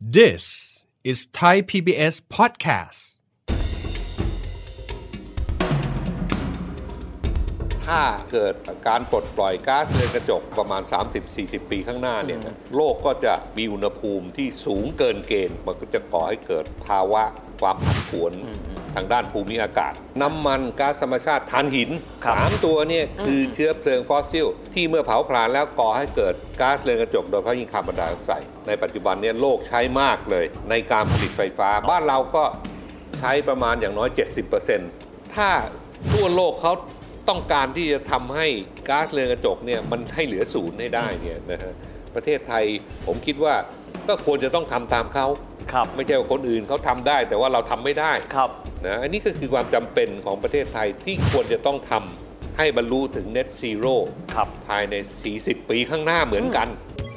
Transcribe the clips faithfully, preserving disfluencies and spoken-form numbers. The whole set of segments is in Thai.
This is Thai พี บี เอส podcast ถ้าเกิดการปลดปล่อยก๊าซเรือนกระจกประมาณ สามสิบถึงสี่สิบ ปีข้างหน้าเนี่ยนะโลกก็จะมีอุณหภูมิที่สูงเกินเกณฑ์มันก็จะก่อให้เกิดภาวะความผันผวนทางด้านภูมิอากาศน้ำมันก๊าซธรรมชาติถ่านหินสามตัวเนี่ยคือเชื้อเพลิงฟอสซิลที่เมื่อเผาผลาญแล้วก่อให้เกิดก๊าซเรือนกระจกโดยเฉพาะยิ่งคาร์บอนไดออกไซด์ในปัจจุบันเนี่ยโลกใช้มากเลยในการผลิตไฟฟ้าบ้านเราก็ใช้ประมาณอย่างน้อย เจ็ดสิบเปอร์เซ็นต์ ถ้าทั่วโลกเขาต้องการที่จะทำให้ก๊าซเรือนกระจกเนี่ยมันให้เหลือศูนย์ให้ได้เนี่ยนะฮะประเทศไทยผมคิดว่าก็ควรจะต้องทำตามเขาไม่ใช่ว่าคนอื่นเขาทำได้แต่ว่าเราทำไม่ได้นะอันนี้ก็คือความจำเป็นของประเทศไทยที่ควรจะต้องทำให้บรรลุถึง Net Zero ภายในสี่สิบปีข้างหน้าเหมือนกัน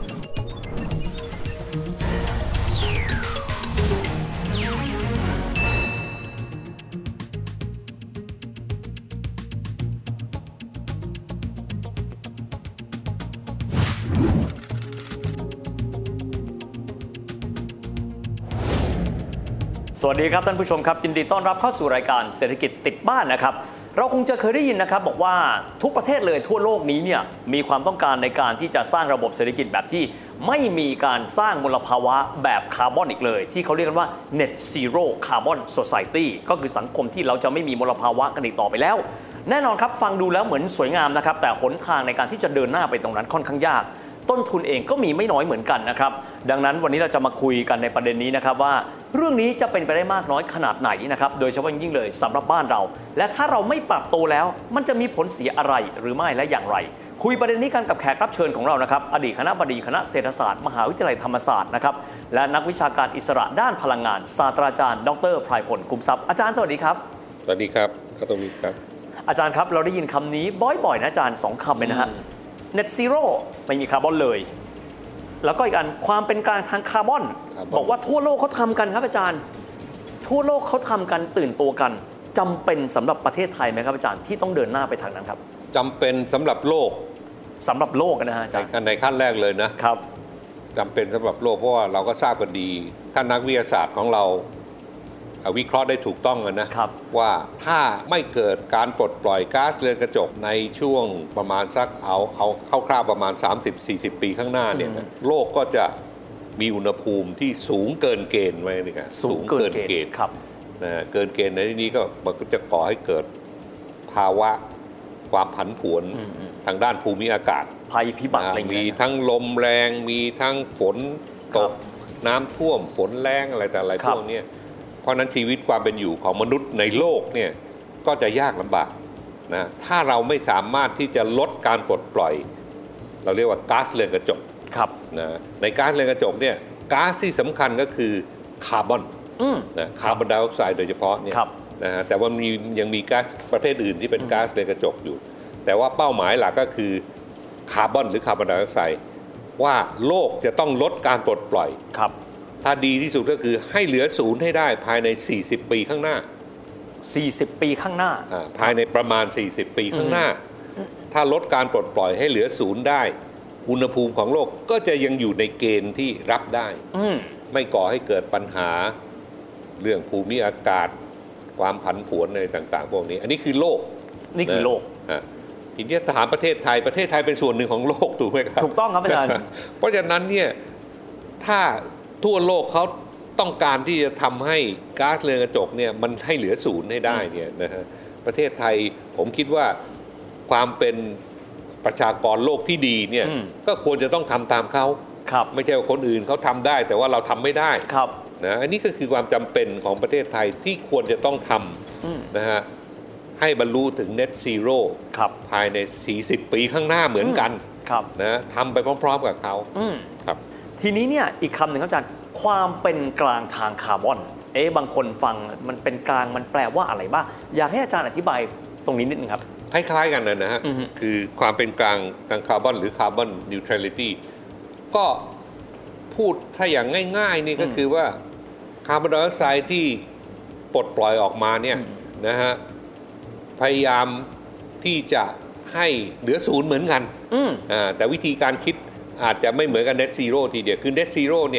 สวัสดีครับท่านผู้ชมครับยินดีต้อนรับเข้าสู่รายการเศรษฐกิจติดบ้านนะครับเราคงจะเคยได้ยินนะครับบอกว่าทุกประเทศเลยทั่วโลกนี้เนี่ยมีความต้องการในการที่จะสร้างระบบเศรษฐกิจแบบที่ไม่มีการสร้างมลภาวะแบบคาร์บอนอีกเลยที่เขาเรียกกันว่า Net Zero Carbon Society ก็คือสังคมที่เราจะไม่มีมลภาวะกันอีกต่อไปแล้วแน่นอนครับฟังดูแล้วเหมือนสวยงามนะครับแต่หนทางในการที่จะเดินหน้าไปตรงนั้นค่อนข้างยากต้นทุนเองก็มีไม่น้อยเหมือนกันนะครับดังนั้นวันนี้เราจะมาคุยกันในประเด็นนี้นะครับว่าเรื่องนี้จะเป็นไปได้มากน้อยขนาดไหนนะครับโดยเฉพาะยิ่งเลยสำหรับบ้านเราและถ้าเราไม่ปรับตัวแล้วมันจะมีผลเสียอะไรหรือไม่และอย่างไรคุยประเด็นนี้กันกับแขกรับเชิญของเรานะครับอดีตคณบดีคณะเศรษฐศาสตร์มหาวิทยาลัยธรรมศาสตร์นะครับและนักวิชาการอิสระด้านพลังงานศาสตราจารย์ดรไพรพลคุ้มทรัพย์อาจารย์สวัสดีครับสวัสดีครับครับตรงนี้ครับอาจารย์ครับเราได้ยินคำนี้บ่อยๆนะอาจารย์สองคำเลยนะฮะ Net Zero ไม่มีคาร์บอนเลยแล้วก็อีกอันความเป็นกลางทางคาร์บอนบอกว่าทั่วโลกเขาทำกันครับอาจารย์ทั่วโลกเขาทำกันตื่นตัวกันจำเป็นสำหรับประเทศไทยไหมครับอาจารย์ที่ต้องเดินหน้าไปทางนั้นครับจำเป็นสำหรับโลกสำหรับโลกนะฮะอาจารย์ในขั้นแรกเลยนะครับจำเป็นสำหรับโลกเพราะว่าเราก็ทราบกันดีท่านนักวิทยาศาสตร์ของเราวิเคราะห์ได้ถูกต้องนะว่าถ้าไม่เกิดการปลดปล่อยก๊าซเรือนกระจกในช่วงประมาณสักเอาเอาคร่าวๆประมาณ สามสิบถึงสี่สิบ ปีข้างหน้าเนี่ยนะโลกก็จะมีอุณหภูมิที่สูงเกินเกณฑ์ไว้นี่ครับสูงเกินเกณฑ์ครับนะเกินเกณฑ์ในที่นี้ก็มันก็จะก่อให้เกิดภาวะความผันผวนทางด้านภูมิอากาศภัยพิบัติอะไรมีทั้งลมแรงมีทั้งฝนตกน้ำท่วมฝนแรงอะไรแต่อะไรพวกนี้เพราะนั้นชีวิตความเป็นอยู่ของมนุษย์ในโลกเนี่ยก็จะยากลำบากนะถ้าเราไม่สามารถที่จะลดการปลดปล่อยเราเรียกว่าก๊าซเรือนกระจกนะในก๊าซเรือนกระจกเนี่ยก๊าซที่สำคัญก็คือคาร์บอนนะคาร์บอนไดออกไซด์โดยเฉพาะเนี่ยนะฮะแต่ว่ามียังมีก๊าซประเภทอื่นที่เป็นก๊าซเรือนกระจกอยู่แต่ว่าเป้าหมายหลักก็คือคาร์บอนหรือคาร์บอนไดออกไซด์ว่าโลกจะต้องลดการปลดปล่อยถ้าดีที่สุดก็คือให้เหลือศูนย์ให้ได้ภายในสี่สิบปีข้างหน้าสี่สิบปีข้างหน้าภายในประมาณสี่สิบปีข้างหน้าถ้าลดการปลดปล่อยให้เหลือศูนย์ได้อุณหภูมิของโลกก็จะยังอยู่ในเกณฑ์ที่รับได้ไม่ก่อให้เกิดปัญหาเรื่องภูมิอากาศความผันผวนอะไรต่างๆพวกนี้อันนี้คือโลกนี่คือโลกทีนี้ถามประเทศไทยประเทศไทยเป็นส่วนหนึ่งของโลกถูกไหมครับถูกต้องครับอาจารย์เพราะฉะนั้นเนี่ยถ้าทั่วโลกเขาต้องการที่จะทำให้ก๊าซเรือนกระจกเนี่ยมันให้เหลือศูนย์ให้ได้เนี่ยนะฮะประเทศไทยผมคิดว่าความเป็นประชากรโลกที่ดีเนี่ยก็ควรจะต้องทำตามเขาไม่ใช่ว่าคนอื่นเขาทำได้แต่ว่าเราทำไม่ได้นะอันนี้ก็คือความจำเป็นของประเทศไทยที่ควรจะต้องทำนะฮะให้บรรลุถึง Net Zero ภายในสี่สิบปีข้างหน้าเหมือนกันนะทำไปพร้อมๆกับเขาครับทีนี้เนี่ยอีกคำหนึ่งครับอาจารย์ความเป็นกลางทางคาร์บอนเอ๊ะบางคนฟังมันเป็นกลางมันแปลว่าอะไรบ้างอยากให้อาจารย์อธิบายตรงนี้นิดนึงครับคล้ายๆกันนะฮะคือความเป็นกลางทางคาร์บอนหรือคาร์บอนนิวทรัลิตี้ก็พูดถ้าอย่างง่ายๆนี่ก็คือว่าคาร์บอนไดออกไซด์ที่ปลดปล่อยออกมาเนี่ยนะฮะพยายามที่จะให้เหลือศูนย์เหมือนกันอ่าแต่วิธีการคิดอาจจะไม่เหมือนกับ Net Zero ทีเดียวคือ Net Zero เนี่ย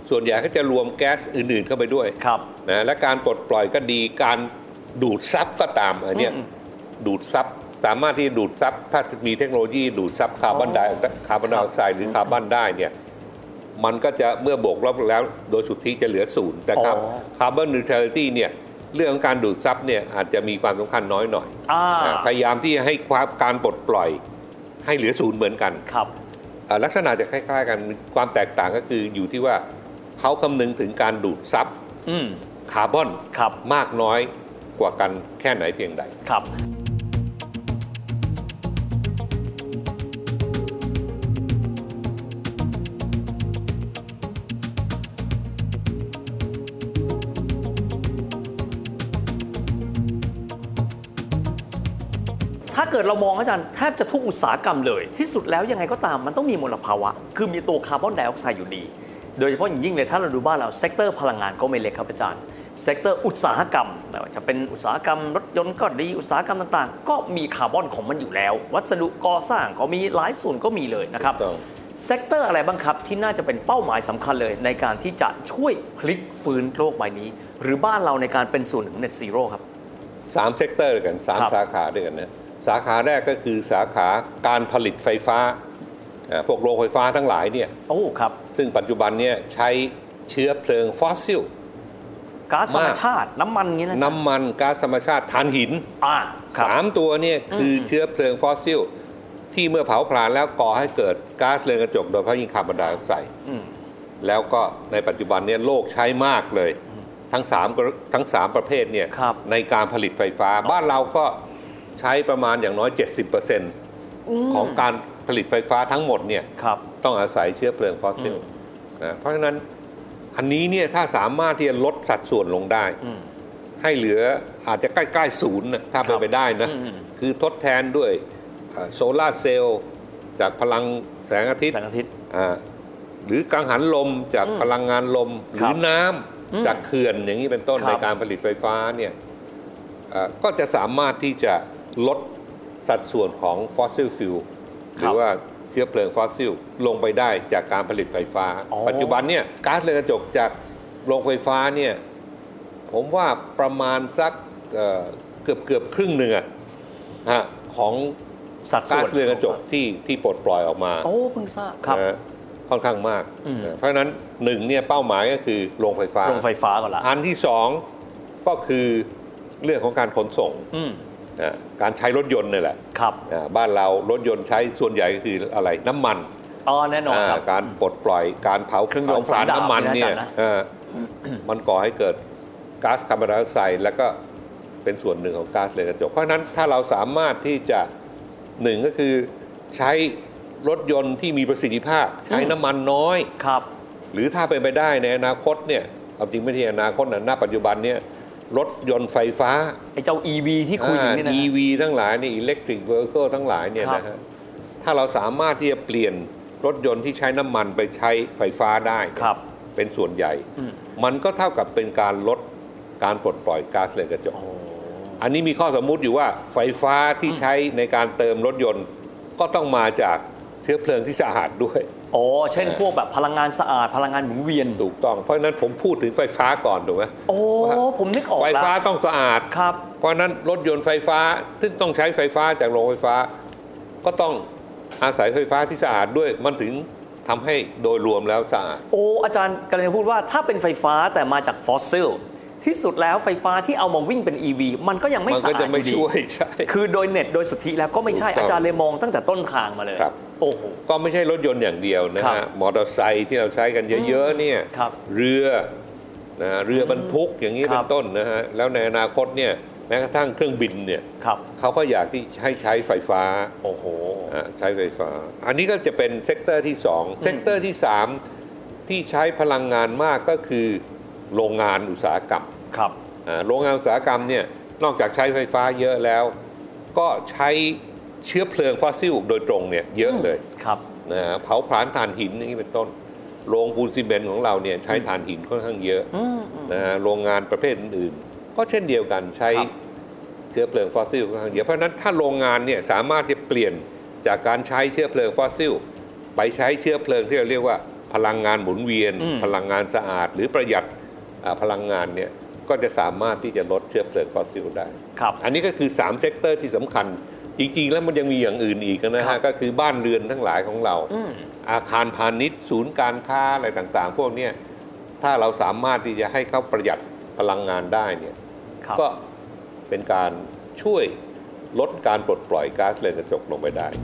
ส่วนใหญ่ก็จะรวมแก๊สอื่นๆเข้าไปด้วยนะและการปลดปล่อยก็ดีการดูดซับก็ตามอันนี้ดูดซับสามารถที่ดูดซับถ้ามีเทคโนโลยีดูดซับคาร์บอนไดคาร์บอนไดออกไซด์หรือคาร์บอนได้เนี่ยมันก็จะเมื่อบวกลบแล้วโดยสุทธิจะเหลือศูนย์แต่ครับคาร์บอนนิวทรัลิตี้เนี่ยเรื่องของการดูดซับเนี่ยอาจจะมีความสำคัญน้อยหน่อยพยายามที่ให้การปลดปล่อยให้เหลือศูนย์เหมือนกันครับลักษณะจะคล้ายๆกันความแตกต่างก็คืออยู่ที่ว่าเขาคำนึงถึงการดูดซับคาร์บอนมากน้อยกว่ากันแค่ไหนเพียงใดครับถ้าเกิดเรามองอาจารย์แทบจะทุกอุตสาหกรรมเลยที่สุดแล้วยังไงก็ตามมันต้องมีมลภาวะคือมีตัวคาร์บอนไดออกไซด์อยู่ดีโดยเฉพาะอย่างยิ่งเลยถ้าเราดูบ้านเราเซกเตอร์พลังงานก็ไม่เล็กครับอาจารย์เซกเตอร์อุตสาหกรรมไม่ว่าจะเป็นอุตสาหกรรมรถยนต์ก็ดีอุตสาหกรรมต่างๆก็มีคาร์บอนของมันอยู่แล้ววัสดุก่อสร้างก็มีหลายส่วนก็มีเลยนะครับเซกเตอร์อะไรบ้างครับที่น่าจะเป็นเป้าหมายสำคัญเลยในการที่จะช่วยพลิกฟื้นโลกใบนี้หรือบ้านเราในการเป็นส่วนหนึ่ง Net Zero ครับสามเซกเตอร์ด้วยกันสามสาขาด้วยกันนะสาขาแรกก็คือสาขาการผลิตไฟฟ้าพวกโรงไฟฟ้าทั้งหลายเนี่ยโอ้ครับซึ่งปัจจุบันเนี่ยใช้เชื้อเพลิงฟอสซิลก๊าซธรรมชาติน้ำมันอย่างนี้นะน้ำมันก๊าซธรรมชาติถ่านหินอ่าสามตัวเนี่ยคือเชื้อเพลิงฟอสซิลที่เมื่อเผาผลาญแล้วก่อให้เกิดก๊าซเรือนกระจกโดยเฉพาะยิ่งคาร์บอนไดออกไซด์แล้วก็ในปัจจุบันเนี่ยโลกใช้มากเลยทั้งสามทั้งสามประเภทเนี่ยในการผลิตไฟฟ้าบ้านเราก็ใช้ประมาณอย่างน้อย เจ็ดสิบเปอร์เซ็นต์ ของการผลิตไฟฟ้าทั้งหมดเนี่ยต้องอาศัยเชื้อเพลิงฟอสซิลนะเพราะฉะนั้นอันนี้เนี่ยถ้าสามารถที่จะลดสัดส่วนลงได้ให้เหลืออาจจะใกล้ๆศูนย์นะถ้าเป็นไปได้นะคือทดแทนด้วยโซลาร์เซลล์จากพลังแสงอาทิตย์หรือกังหันลมจากพลังงานลมหรือน้ำจากเขื่อนอย่างนี้เป็นต้นในการผลิตไฟฟ้าเนี่ยก็จะสามารถที่จะลดสัดส่วนของฟอสซิลฟิวหรือว่าเชื้อเพลิงฟอสซิลลงไปได้จากการผลิตไฟฟ้าปัจจุบันเนี่ยก๊าซเรือนกระจกจากโรงไฟฟ้าเนี่ยผมว่าประมาณสักเกือบเกือบครึ่งหนึ่งของสัดส่วนก๊าซเรือนกระจกที่ที่ปลดปล่อยออกมาโอ้เพิ่งทราบครับค่อนข้างมากเพราะฉะนั้นหนึ่งเนี่ยเป้าหมายก็คือโรงไฟฟ้าโรงไฟฟ้าก่อนละอันที่สองก็คือเรื่องของการขนส่งการใช้รถยนต์นี่แหละครับบ้านเรารถยนต์ใช้ส่วนใหญ่ก็คืออะไรน้ำมันอ๋อแน่นอนครับการปลดปล่อยการเผาเครื่องยนต์สารน้ำมันเนี่ยมันก่อให้เกิดก๊าซคาร์บอนไดออกไซด์แล้วก็เป็นส่วนหนึ่งของก๊าซเรือนกระจกเพราะฉะนั้นถ้าเราสามารถที่จะหนึ่งก็คือใช้รถยนต์ที่มีประสิทธิภาพใช้น้ำมันน้อยครับหรือถ้าเป็นไปได้ในอนาคตเนี่ยเอาจริงไม่ใช่อนาคตนะณปัจจุบันเนี่ยรถยนต์ไฟฟ้าไอ้เจ้า อี วี ที่คุยอยู่นี่นะอี วี ทั้งหลายนี่ Electric Vehicle ทั้งหลายเนี่ยนะฮะถ้าเราสามารถที่จะเปลี่ยนรถยนต์ที่ใช้น้ำมันไปใช้ไฟฟ้าได้เป็นส่วนใหญ่มันก็เท่ากับเป็นการลดการปลดปล่อยก๊าซเรือนกระจกอันนี้มีข้อสมมุติอยู่ว่าไฟฟ้าที่ใช้ในการเติมรถยนต์ก็ต้องมาจากเชื้อเพลิงที่สะอาดด้วยอ๋อเช่นพวกแบบพลังงานสะอาดพลังงานหมุนเวียนถูกต้องเพราะฉะนั้นผมพูดถึงไฟฟ้าก่อนถูกไหมโอ้ผมนึกออกไฟฟ้าต้องสะอาดครับเพราะฉะนั้นรถยนต์ไฟฟ้าซึ่งต้องใช้ไฟฟ้าจากโรงไฟฟ้าก็ต้องอาศัยไฟฟ้าที่สะอาดด้วยมันถึงทำให้โดยรวมแล้วสะอาดโอ้อาจารย์กำลังจะพูดว่าถ้าเป็นไฟฟ้าแต่มาจากฟอสซิลที่สุดแล้วไฟฟ้าที่เอามาวิ่งเป็น อี วี มันก็ยังไม่สะอาดอยู่ดีคือโดยเน็ตโดยสุทธิแล้วก็ไม่ใช่อาจารย์เลยมองตั้งแต่ต้นทางมาเลยโอ้โหก็ไม่ใช่รถยนต์อย่างเดียวนะฮะมอเตอร์ไซค์ที่เราใช้กันเยอะๆเนี่ยเรือนะเรือบรรทุกอย่างนี้เป็นต้นนะฮะแล้วในอนาคตเนี่ยแม้กระทั่งเครื่องบินเนี่ยเขาก็อยากที่ให้ใช้ไฟฟ้าโอ้โหใช้ไฟฟ้าอันนี้ก็จะเป็นเซกเตอร์ที่สองเซกเตอร์ที่สามที่ใช้พลังงานมากก็คือโรงงานอุตสาหกรรมครับโรงงานอุตสาหกรรมเนี่ยนอกจากใช้ไฟฟ้าเยอะแล้วก็ใช้เชื้อเพลิงฟอสซิลโดยตรงเนี่ยเยอะเลยครับนะเผาผลาญถ่านหินนี่เป็นต้นโรงปูนซีเมนต์ของเราเนี่ยใช้ถ่านหินค่อนข้างเยอะนะโรงงานประเภทอื่นๆก็เช่นเดียวกันใช้เชื้อเพลิงฟอสซิลค่อนข้างเยอะเพราะฉะนั้นถ้าโรงงานเนี่ยสามารถจะเปลี่ยนจากการใช้เชื้อเพลิงฟอสซิลไปใช้เชื้อเพลิงที่เราเรียกว่าพลังงานหมุนเวียนพลังงานสะอาดหรือประหยัดพลังงานเนี่ยก็จะสามารถที่จะลดเชื้อเพลิงฟอสซิลได้อันนี้ก็คือสามเซกเตอร์ที่สำคัญจริงๆแล้วมันยังมีอย่างอื่นอีกนะฮะก็คือบ้านเรือนทั้งหลายของเราอาคารพาณิชย์ศูนย์การค้าอะไรต่างๆพวกนี้ถ้าเราสามารถที่จะให้เขาประหยัดพลังงานได้เนี่ยก็เป็นการช่วยลดการปลดปล่อยก๊าซเรือนกระจกลงไปได้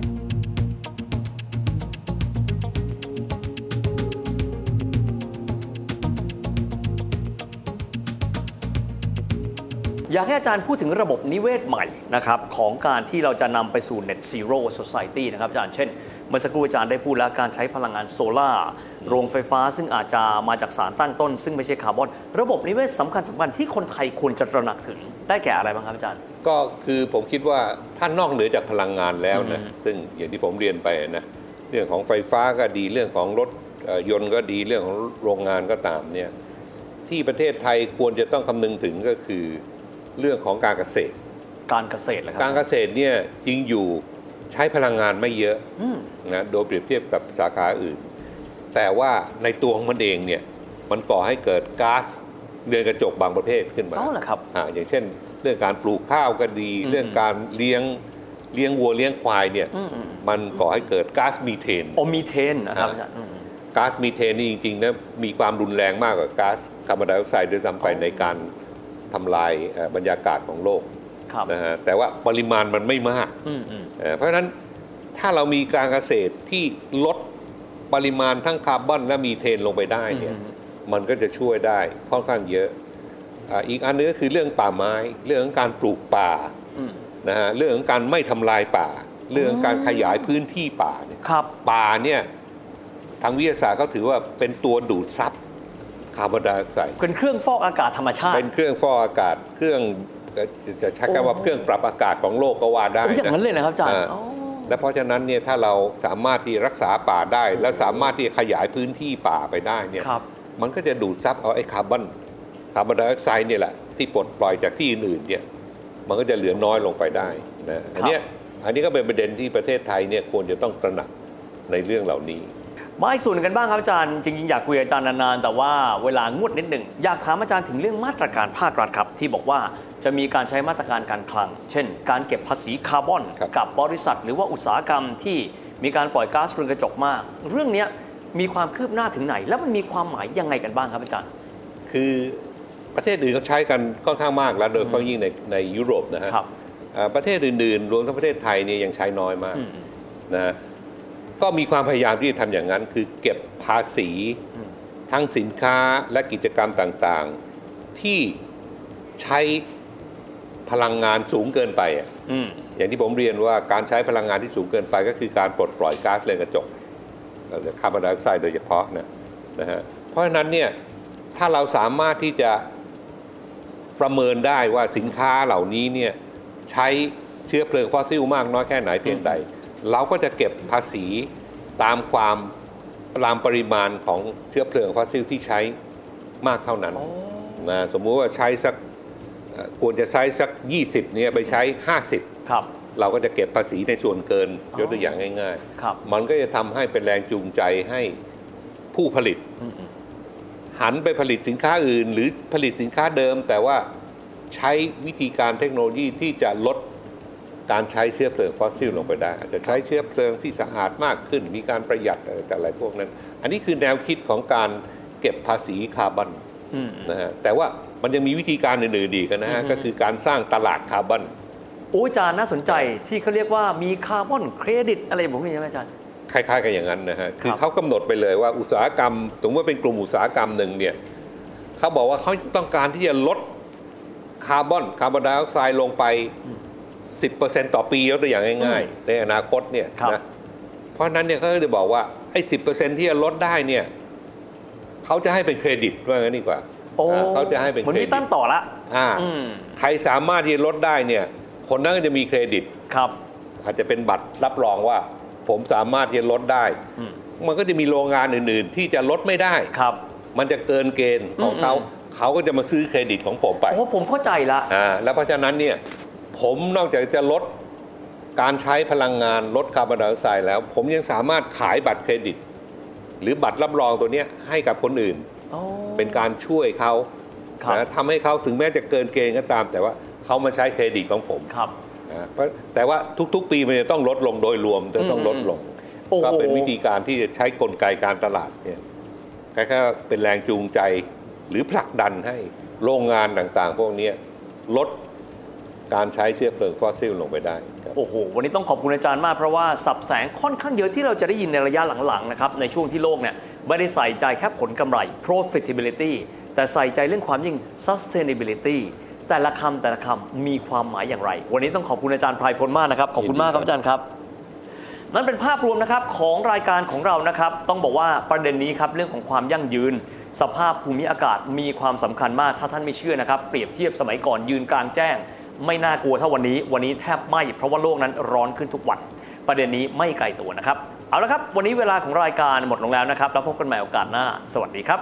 อยากให้อาจารย์พูดถึงระบบนิเวศใหม่นะครับของการที่เราจะนำไปสู่ Net Zero Society นะครับอาจารย์เช่นเมื่อสักครู่อาจารย์ได้พูดแล้วการใช้พลังงานโซล่าโรงไฟฟ้าซึ่งอาจจะมาจากสารตั้งต้นซึ่งไม่ใช่คาร์บอนระบบนิเวศสำคัญสำคัญที่คนไทยควรจะตระหนักถึงได้แก่อะไรบ้างครับอาจารย์ก็คือผมคิดว่าถ้านอกเหนือจากพลังงานแล้วนะซึ่งอย่างที่ผมเรียนไปนะเรื่องของไฟฟ้าก็ดีเรื่องของรถยนต์ก็ดีเรื่องของโรงงานก็ตามเนี่ยที่ประเทศไทยควรจะต้องคำนึงถึงก็คือเรื่องของการเกษตรการเกษตรเหรอครับการเกษตรเนี่ยจริงอยู่ใช้พลังงานไม่เยอะนะโดยเปรียบเทียบกับสาขาอื่นแต่ว่าในตัวของมันเองเนี่ยมันก่อให้เกิดก๊าซเรือนกระจกบางประเภทขึ้นมาอ๋อเหรอครับอ่าอย่างเช่นเรื่องการปลูกข้าวก็ดีเรื่องการเลี้ยงเลี้ยงวัวเลี้ยงควายเนี่ยมันก่อให้เกิดก๊าซมีเทนโอมีเทนนะครับอาจารย์ก๊าซมีเทนนี่จริงๆนะมีความรุนแรงมากกว่าก๊าซคาร์บอนไดออกไซด์ด้วยซ้ำไปในการทำลายบรรยากาศของโลกนะฮะแต่ว่าปริมาณมันไม่มากเพราะฉะนั้นถ้าเรามีการเกษตรที่ลดปริมาณทั้งคาร์บอนและมีเทนลงไปได้เนี่ยมันก็จะช่วยได้ค่อนข้างเยอะอีกอันนึงก็คือเรื่องป่าไม้เรื่องของการปลูกป่านะฮะเรื่องของการไม่ทำลายป่าเรื่องของการขยายพื้นที่ป่าเนี่ยป่าเนี่ยทางวิทยาศาสตร์เขาถือว่าเป็นตัวดูดซับคาร์บอนไดออกไซด์เป็นเครื่องฟอกอากาศธรรมชาติเป็นเครื่องฟอกอากาศเครื่องจะใช้คำว่าเครื่องปรับอากาศของโลกก็ว่าได้นะอย่างนั้นเลยนะครับอาจารย์และเพราะฉะนั้นเนี่ยถ้าเราสามารถที่รักษาป่าได้แล้วสามารถที่ขยายพื้นที่ป่าไปได้เนี่ยมันก็จะดูดซับเอาไอ้คาร์บอนคาร์บอนไดออกไซด์เนี่ยแหละที่ปลดปล่อยจากที่อื่นๆเนี่ยมันก็จะเหลือน้อยลงไปได้นะอันนี้อันนี้ก็เป็นประเด็นที่ประเทศไทยเนี่ยควรจะต้องตระหนักในเรื่องเหล่านี้มาอีกส่วนกันบ้างครับอาจารย์จริงๆอยากคุยกับอาจารย์นานๆแต่ว่าเวลางวดนิดหนึ่งอยากถามอาจารย์ถึงเรื่องมาตรการภาครัฐครับที่บอกว่าจะมีการใช้มาตรการการคลังเช่นการเก็บภาษีคาร์บอนกับบริษัทหรือว่าอุตสาหกรรมที่มีการปล่อยก๊าซเรือนกระจกมากเรื่องนี้มีความคืบหน้าถึงไหนแล้วมันมีความหมายยังไงกันบ้างครับอาจารย์คือประเทศอื่นเขาใช้กันค่อนข้างมากแล้วโดยเฉพาะยิ่งในในยุโรปนะฮะประเทศอื่นๆรวมทั้งประเทศไทยเนี่ยยังใช้น้อยมากนะก็มีความพยายามที่จะทำอย่างนั้นคือเก็บภาษีทั้งสินค้าและกิจกรรมต่างๆที่ใช้พลังงานสูงเกินไปอ่ะอย่างที่ผมเรียนว่าการใช้พลังงานที่สูงเกินไปก็คือการปลดปล่อยก๊าซเรือนกระจกคาร์บอนไดออกไซด์โดยเฉพาะนะนะฮะเพราะฉะนั้นเนี่ยถ้าเราสามารถที่จะประเมินได้ว่าสินค้าเหล่านี้เนี่ยใช้เชื้อเพลิงฟอสซิลมากน้อยแค่ไหนเพียงใดเราก็จะเก็บภาษีตามความตามปริมาณของเชื้อเพลิงฟอสซิลที่ใช้มากเท่านั้นนะสมมุติว่าใช้สักควรจะใช้สักยี่สิบเนี่ยไปใช้ห้าสิบครับเราก็จะเก็บภาษีในส่วนเกินยกตัวอย่างง่ายๆมันก็จะทำให้เป็นแรงจูงใจให้ผู้ผลิตหันไปผลิตสินค้าอื่นหรือผลิตสินค้าเดิมแต่ว่าใช้วิธีการเทคโนโลยีที่จะลดการใช้เชื้อเพลิงฟอสซิลลงไปได้อาจจะใช้เชื้อเพลิงที่สะอาดมากขึ้นมีการประหยัดอะไรแต่อะไรพวกนั้นอันนี้คือแนวคิดของการเก็บภาษีคาร์บอนนะฮะแต่ว่ามันยังมีวิธีการอื่นๆดีกันนะฮะก็คือการสร้างตลาดคาร์บอนโอ้อาจารย์น่าสนใจที่เขาเรียกว่ามีคาร์บอนเครดิตอะไรผมนี่ใช่ไหมอาจารย์คล้ายๆกันอย่างนั้นนะฮะคือเขากำหนดไปเลยว่าอุตสาหกรรมสมมติว่าเป็นกลุ่มอุตสาหกรรมหนึ่งเนี่ยเขาบอกว่าเขาต้องการที่จะลดคาร์บอนคาร์บอนไดออกไซด์ลงไป สิบเปอร์เซ็นต์ ต่อปียกตัวอย่างง่ายๆในอนาคตเนี่ยนะเพราะนั้นเนี่ยเขาจะบอกว่าไอ้ สิบเปอร์เซ็นต์ ที่จะลดได้เนี่ยเขาจะให้เป็นเครดิตว่างั้นดีกว่าเขาจะให้เป็นเครดิตมันมีตั้งต่อละอ่าใครสามารถที่จะลดได้เนี่ยคนนั้นก็จะมีเครดิตครับอาจจะเป็นบัตรรับรองว่าผมสามารถที่จะลดได้มันก็จะมีโรงงานอื่นๆที่จะลดไม่ได้ครับมันจะเกินเกณฑ์ของเขาเขาก็จะมาซื้อเครดิตของผมไปโอ้ผมเข้าใจละอ่าแล้วเพราะฉะนั้นเนี่ยผมนอกจากจะลดการใช้พลังงานลดคาร์บอนไดออกไซด์แล้วผมยังสามารถขายบัตรเครดิตหรือบัตรรับรองตัวเนี้ยให้กับคนอื่นเป็นการช่วยเขานะทำให้เขาถึงแม้จะเกินเกณฑ์ก็ตามแต่ว่าเขามาใช้เครดิตของผมนะแต่ว่าทุกๆปีมันจะต้องลดลงโดยรวมจะต้องลดลงก็เป็นวิธีการที่จะใช้กลไกการตลาดเนี่ยแค่เป็นแรงจูงใจหรือผลักดันให้โรงงานต่างๆพวกนี้ลดการใช้เชื้อเพลิงฟอสซิลลงไปได้โอ้โหวันนี้ต้องขอบคุณอาจารย์มากเพราะว่าสับแสงค่อนข้างเยอะที่เราจะได้ยินในระยะหลังๆนะครับในช่วงที่โลกเนี่ยไม่ได้ใส่ใจแค่ผลกำไร profitability แต่ใส่ใจเรื่องความยิ่ง sustainability แต่ละคำแต่ละคำมีความหมายอย่างไรวันนี้ต้องขอบคุณอาจารย์ไพรพลมากนะครับขอบคุณมากครับอาจารย์ครับนั่นเป็นภาพรวมนะครับของรายการของเรานะครับต้องบอกว่าประเด็นนี้ครับเรื่องของความยั่งยืนสภาพภูมิอากาศมีความสำคัญมากถ้าท่านไม่เชื่อนะครับเปรียบเทียบสมัยก่อนยืนกลางแจ้งไม่น่ากลัวเท่าวันนี้วันนี้แทบไม่เพราะว่าโลกนั้นร้อนขึ้นทุกวันประเด็นนี้ไม่ไกลตัวนะครับเอาละครับวันนี้เวลาของรายการหมดลงแล้วนะครับแล้วพบกันใหม่โอกาสหน้าสวัสดีครับ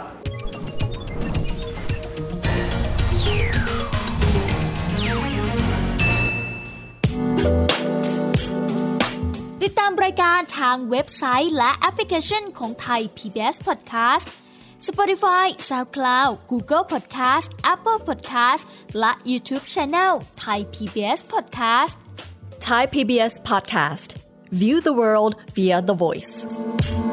ติดตามรายการทางเว็บไซต์และแอปพลิเคชันของไทย พี บี เอส Podcast Spotify, SoundCloud, Google Podcast, Apple Podcast และ YouTube Channel Thai พี บี เอส Podcast Thai พี บี เอส Podcast View the world via the voice